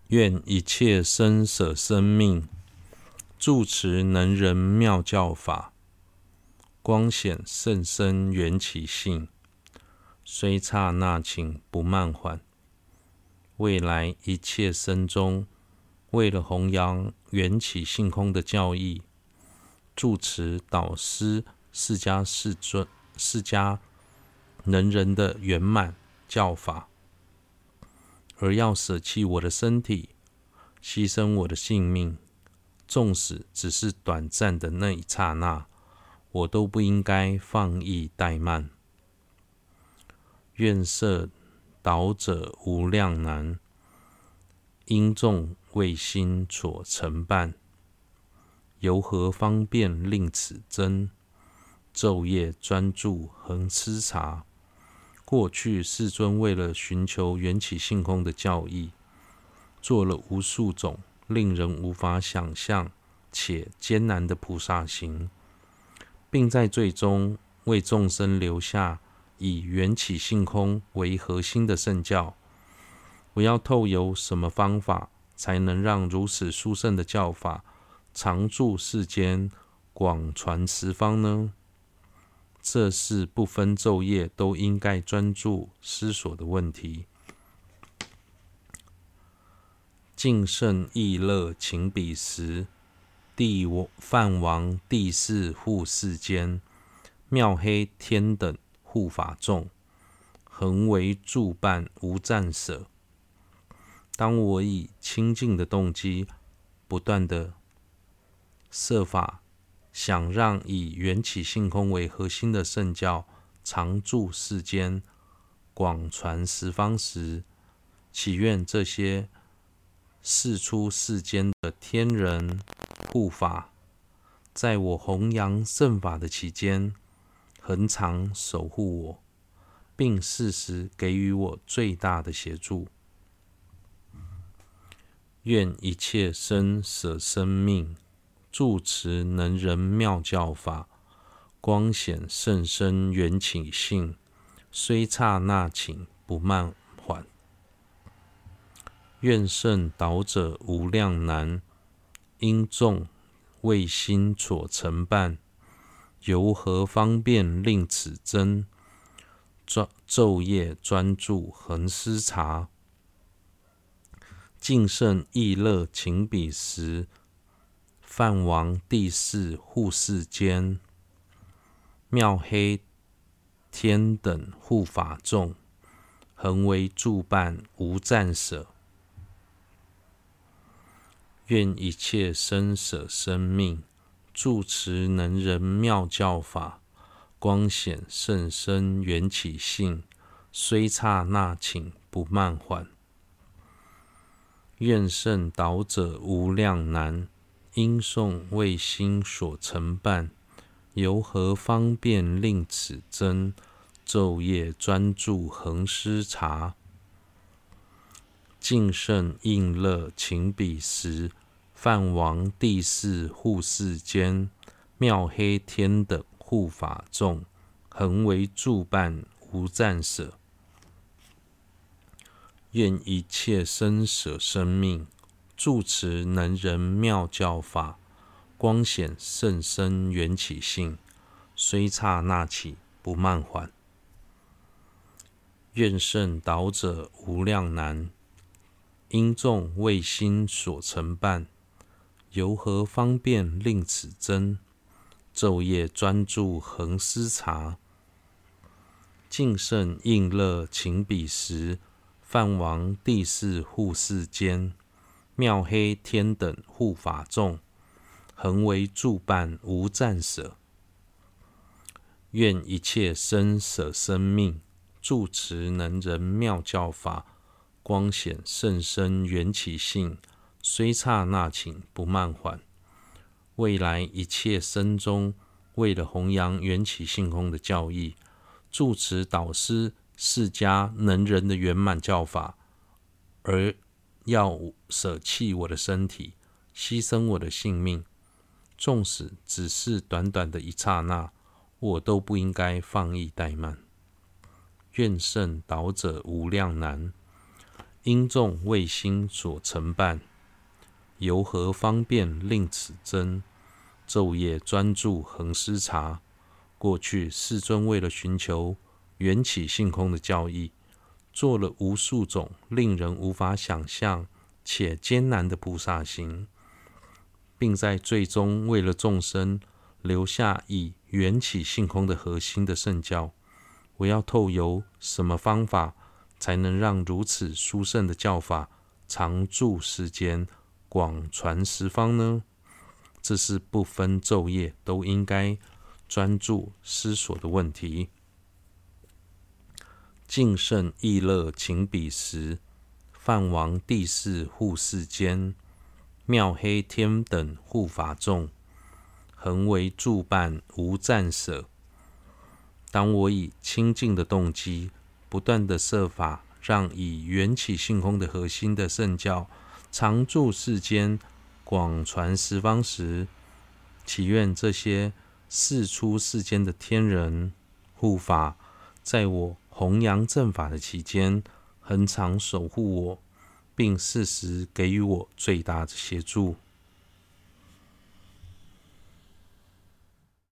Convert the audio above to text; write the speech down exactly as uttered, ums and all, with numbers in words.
愿一切生舍生命，住持能仁妙教法，光显甚深缘起性，虽刹那情不慢缓。未来一切生中，为了弘扬缘起性空的教义，住持导师释迦世尊、释迦能仁的圆满教法，而要舍弃我的身体，牺牲我的性命，纵使只是短暂的那一刹那，我都不应该放逸怠慢。愿摄导者无量难，因众未心所承办，由何方便令此真？昼夜专注恒痴察。过去世尊为了寻求缘起性空的教义，做了无数种令人无法想象且艰难的菩萨行，并在最终为众生留下以缘起性空为核心的圣教。我要透由什么方法，才能让如此殊胜的教法常住世间，广传十方呢？这是不分昼夜都应该专注思索的问题。净圣意乐请彼时，地梵王地释护世间，妙黑天等护法众，恒为助伴无暂舍。当我以清净的动机，不断的设法想让以缘起性空为核心的圣教常住世间，广传十方时，祈愿这些释出世间的天人护法，在我弘扬圣法的期间，恒常守护我，并适时给予我最大的协助。愿一切生舍生命，住持能仁妙教法，光显甚深缘起性，虽刹那请不慢缓。愿圣导者无量难，因众未心所承办，由何方便令此真？昼夜专注恒思察。净圣意乐请彼时，梵王地释护世间，妙黑天等护法众，恒为助伴无暂舍。愿一切生舍生命，住持能仁妙教法，光显甚深缘起性，虽刹那请不慢缓。愿圣导者无量难，因众未心所承办，由何方便令此真？昼夜专注恒思察。净圣应乐请彼时，梵王地释护世间，妙黑天等护法众，恒为助伴无暂舍。愿一切生舍生命，住持能仁妙教法，光显甚深缘起性，虽刹那起不慢缓。愿圣导者无量难，因众未心所承办，由何方便令此真？昼夜专注恒思察。净圣应乐请彼时，梵王地释护世间，妙黑天等护法众，恒为助伴无暂舍。愿一切生舍生命，住持能仁妙教法，光显甚深缘起性，虽刹那请不慢缓。未来一切生中，为了弘扬缘起性空的教义，住持导师释迦能仁的圆满教法，而要舍弃我的身体，牺牲我的性命，纵使只是短短的一刹那，我都不应该放逸怠慢。愿圣导者无量难， 因众为心所承办，由何方便令此真？昼夜专注恒思察。过去世尊为了寻求缘起性空的教义，做了无数种令人无法想象且艰难的菩萨行，并在最终为了众生留下以缘起性空的核心的圣教。我要透由什么方法，才能让如此殊胜的教法常住世间，广传十方呢？这是不分昼夜都应该专注思索的问题。敬圣意乐请彼时，梵王帝释护世间，妙黑天等护法众，恒为助伴无暂舍。当我以清净的动机，不断的设法让以缘起性空的核心的圣教常住世间，广传十方时，祈愿这些世出世间的天人护法，在我弘扬正法的期间，恒常守护我，并适时给予我最大的协助。